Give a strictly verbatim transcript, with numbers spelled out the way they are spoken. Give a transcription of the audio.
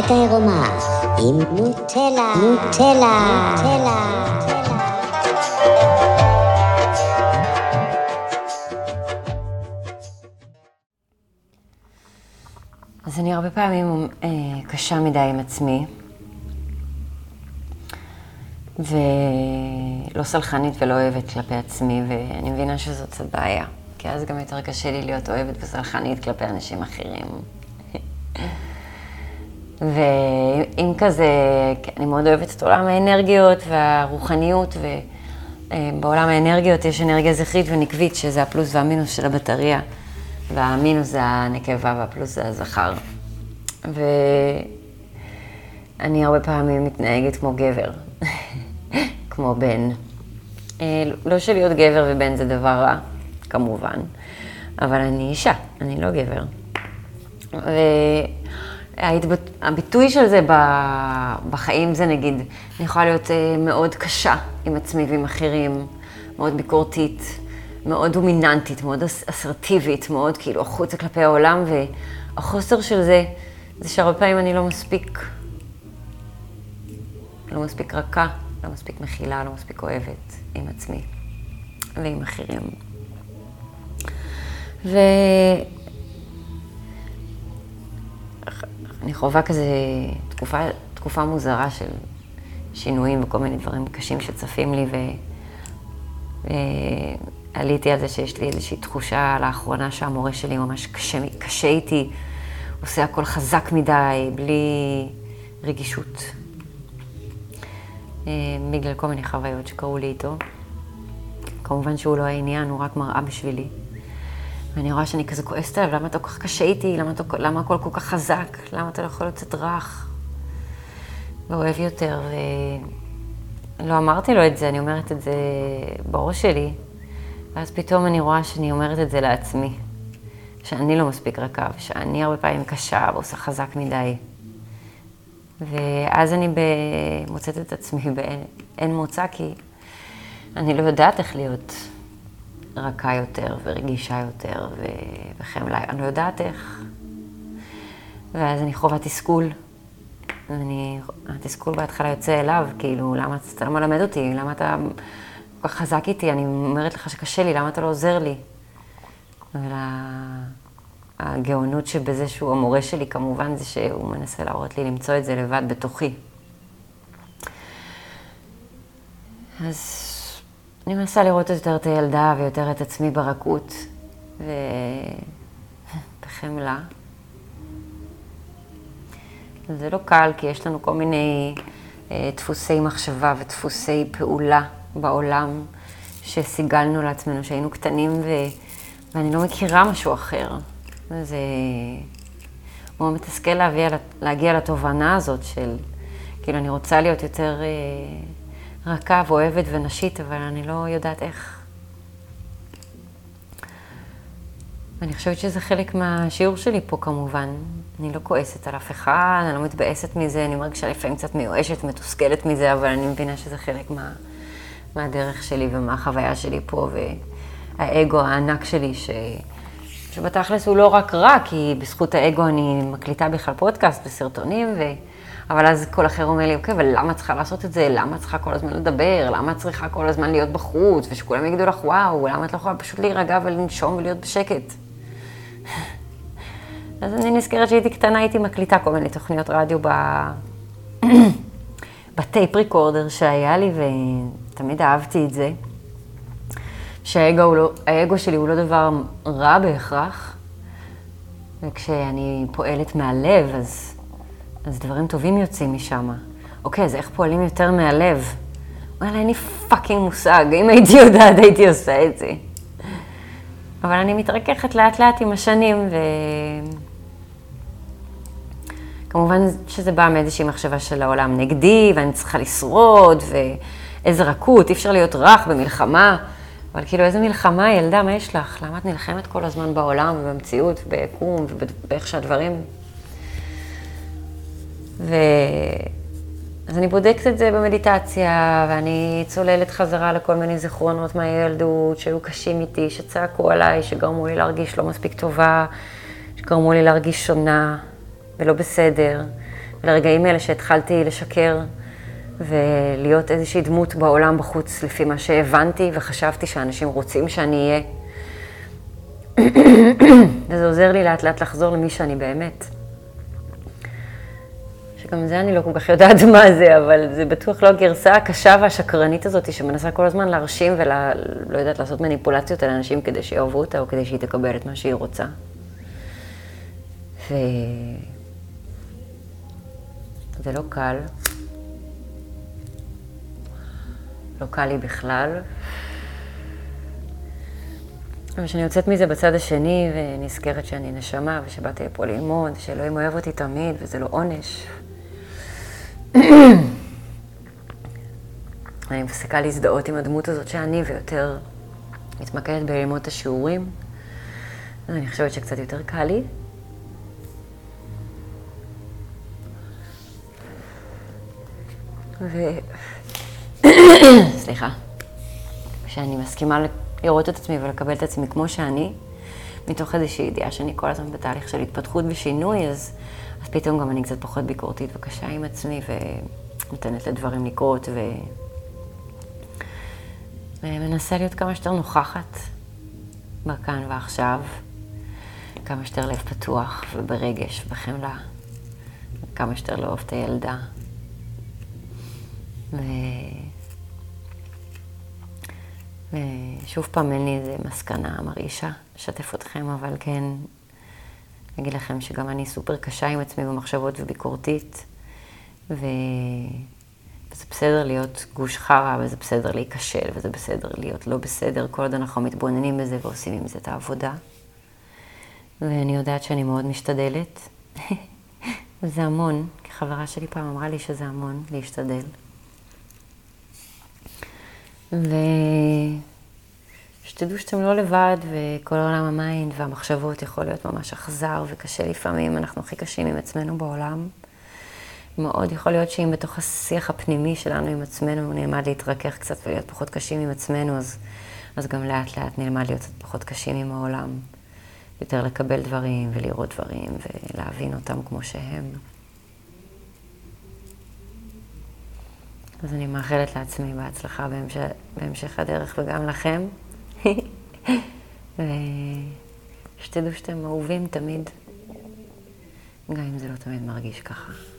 דיאטה עירומה עם נוטלה, נוטלה, נוטלה. אז אני הרבה פעמים אה, קשה מדי עם עצמי, ולא סלחנית ולא אוהבת כלפי עצמי, ואני מבינה שזאת קצת בעיה, כי אז גם יותר קשה לי להיות אוהבת וסלחנית כלפי אנשים אחרים. ואם כזה, אני מאוד אוהבת את עולם האנרגיות והרוחניות, ובעולם האנרגיות יש אנרגיה זכרית ונקבית, שזה הפלוס והמינוס של הבטריה, והמינוס זה הנקבה והפלוס זה הזכר. ואני הרבה פעמים מתנהגת כמו גבר, כמו בן. לא שלהיות גבר ובן זה דבר רע, כמובן, אבל אני אישה, אני לא גבר. והביטוי של זה בחיים זה נגיד, אני יכולה להיות מאוד קשה עם עצמי ועם אחרים, מאוד ביקורתית, מאוד דומיננטית, מאוד אסרטיבית, מאוד כאילו החוצה כלפי העולם, והחוסר של זה, זה שהרבה פעמים אני לא מספיק, לא מספיק רכה, לא מספיק מכילה, לא מספיק אוהבת עם עצמי ועם אחרים. ואני חווה כזה תקופה, תקופה מוזרה של שינויים וכל מיני דברים קשים שצפים לי, ו... ו... עליתי על זה שיש לי איזושהי תחושה לאחרונה שהמורה שלי ממש קשה, קשה איתי, עושה הכל חזק מדי, בלי רגישות. בגלל כל מיני חוויות שקראו לי איתו. כמובן שהוא לא העניין, הוא רק מראה בשבילי. ואני רואה שאני כזה כועסת עליו, למה אתה כל כך קשה איתי? למה, אתה, למה הכל כל כך חזק? למה אתה לא יכול לצאת רך? ואוהב יותר. ולא אמרתי לו את זה, אני אומרת את זה בראש שלי. ואז פתאום אני רואה שאני אומרת את זה לעצמי, שאני לא מספיק רכה, ושאני הרבה פעמים קשה ועושה חזק מדי. ואז אני מוצאת את עצמי באין מוצא, כי אני לא יודעת איך להיות רכה יותר ורגישה יותר וחמלה, אני לא יודעת איך. ואז אני חווה תסכול. אני, התסכול בהתחלה יוצא אליו, כאילו, למה אתה לא מלמד אותי? למה אתה כל כך חזק איתי? אני אומרת לך שקשה לי, למה אתה לא עוזר לי? והגאונות שבזה שהוא המורה שלי, כמובן, זה שהוא מנסה להראות לי למצוא את זה לבד בתוכי. אז אני מנסה לראות יותר את הילדה ויותר את עצמי ברכות ובחמלה. זה לא קל, כי יש לנו כל מיני אה, דפוסי מחשבה ודפוסי פעולה בעולם שסיגלנו לעצמנו, שהיינו קטנים ו... ואני לא מכירה משהו אחר. זה מאוד מתסכל להגיע, להגיע לתובנה הזאת של, כאילו אני רוצה להיות יותר אה, רכה ואוהבת ונשית, אבל אני לא יודעת איך. ואני חושבת שזה חלק מהשיעור שלי פה כמובן. אני לא כועסת על אף אחד, אני לא מתבאסת מזה, אני מרגישה לפעמים קצת מיואשת, מתוסכלת מזה, אבל אני מבינה שזה חלק מה, מהדרך שלי ומהחוויה שלי פה, והאגו הענק שלי, ש... שבתכלס הוא לא רק רע, כי בזכות האגו אני מקליטה בכלל פודקאסט וסרטונים, ו... אבל אז כל אחר אומר לי, אוקיי, אבל למה צריכה לעשות את זה? למה צריכה כל הזמן לדבר? למה צריכה כל הזמן להיות בחוץ? ושכולם יגידו לך, וואו, למה את לא יכולה פשוט להירגע ולנשום ולהיות בשקט? אז אני נזכרת שהייתי קטנה, הייתי מקליטה כל מיני תוכניות רדיו ב... בטייפ ריקורדר שהיה לי, ותמיד אהבתי את זה. שהאגו לא... האגו שלי הוא לא דבר רע בהכרח, וכשאני פועלת מהלב, אז, אז דברים טובים יוצאים משם. אוקיי, אז איך פועלים יותר מהלב? וואלה, אין לי פאקינג מושג, אם הייתי יודעת, הייתי עושה את זה. אבל אני מתרככת לאט לאט עם השנים, ו... כמובן שזה בא מאיזושהי מחשבה של העולם נגדי, ואני צריכה לשרוד, ואיזה רכות, אי אפשר להיות רך במלחמה. אבל כאילו, איזה מלחמה, ילדה, מה יש לך? למה את נלחמת כל הזמן בעולם ובמציאות, וביקום, ובאיך שהדברים? ו... אז אני בודקת את זה במדיטציה, ואני צוללת חזרה לכל מיני זיכרונות מהילדות, שהיו קשים איתי, שצעקו עליי, שגרמו לי להרגיש לא מספיק טובה, שגרמו לי להרגיש שונה ולא בסדר, לרגעים האלה שהתחלתי לשקר ולהיות איזושהי דמות בעולם בחוץ לפי מה שהבנתי וחשבתי שאנשים רוצים שאני אהיה. וזה עוזר לי לאט לאט לחזור למי שאני באמת. שגם זה אני לא כל כך יודעת מה זה, אבל זה בטוח לא הגרסה הקשה והשקרנית הזאת שמנסה כל הזמן להרשים ולא לא יודעת לעשות מניפולציות על אנשים כדי שיאהבו אותה או כדי שהיא תקבל את מה שהיא רוצה. ו... זה לא קל. לא קל לי בכלל. אבל כשאני יוצאת מזה בצד השני ונזכרת שאני נשמה ושבאתי לפה ללמוד, שאלוהים אוהב אותי תמיד וזה לא עונש. אני מפסיקה להזדהות עם הדמות הזאת שאני ויותר מתמקדת בללמוד את השיעורים. אז אני חושבת שקצת יותר קל לי. ו... סליחה. כשאני מסכימה לראות את עצמי ולקבל את עצמי כמו שאני, מתוך איזושהי ידיעה שאני כל הזמן בתהליך של התפתחות ושינוי, אז, אז פתאום גם אני קצת פחות ביקורתית וקשה עם עצמי ונותנת לדברים לקרות ו... ומנסה להיות כמה שיותר נוכחת בכאן ועכשיו, כמה שיותר לב פתוח וברגש ובחמלה, כמה שיותר לאהוב את הילדה. ו... ושוב פעם אין לי איזה מסקנה מרעישה, לשתף אתכם, אבל כן, אגיד לכם שגם אני סופר קשה עם עצמי במחשבות וביקורתית, ו... וזה בסדר להיות גוש חרה, וזה בסדר להיכשל, וזה בסדר להיות לא בסדר, כל עוד אנחנו מתבוננים בזה ועושים עם זה את העבודה. ואני יודעת שאני מאוד משתדלת, וזה המון, כי חברה שלי פעם אמרה לי שזה המון להשתדל. ושתדעו שאתם לא לבד, וכל עולם המיינד והמחשבות יכול להיות ממש אכזר וקשה לפעמים. אנחנו הכי קשים עם עצמנו בעולם. מאוד יכול להיות שאם בתוך השיח הפנימי שלנו עם עצמנו נלמד להתרכך קצת ולהיות פחות קשים עם עצמנו, אז, אז גם לאט לאט נלמד להיות קצת פחות קשים עם העולם. יותר לקבל דברים ולראות דברים ולהבין אותם כמו שהם. אז אני מאחלת לעצמי בהצלחה בהמשך, בהמשך הדרך וגם לכם. ושתדעו שאתם אהובים תמיד, גם אם זה לא תמיד מרגיש ככה.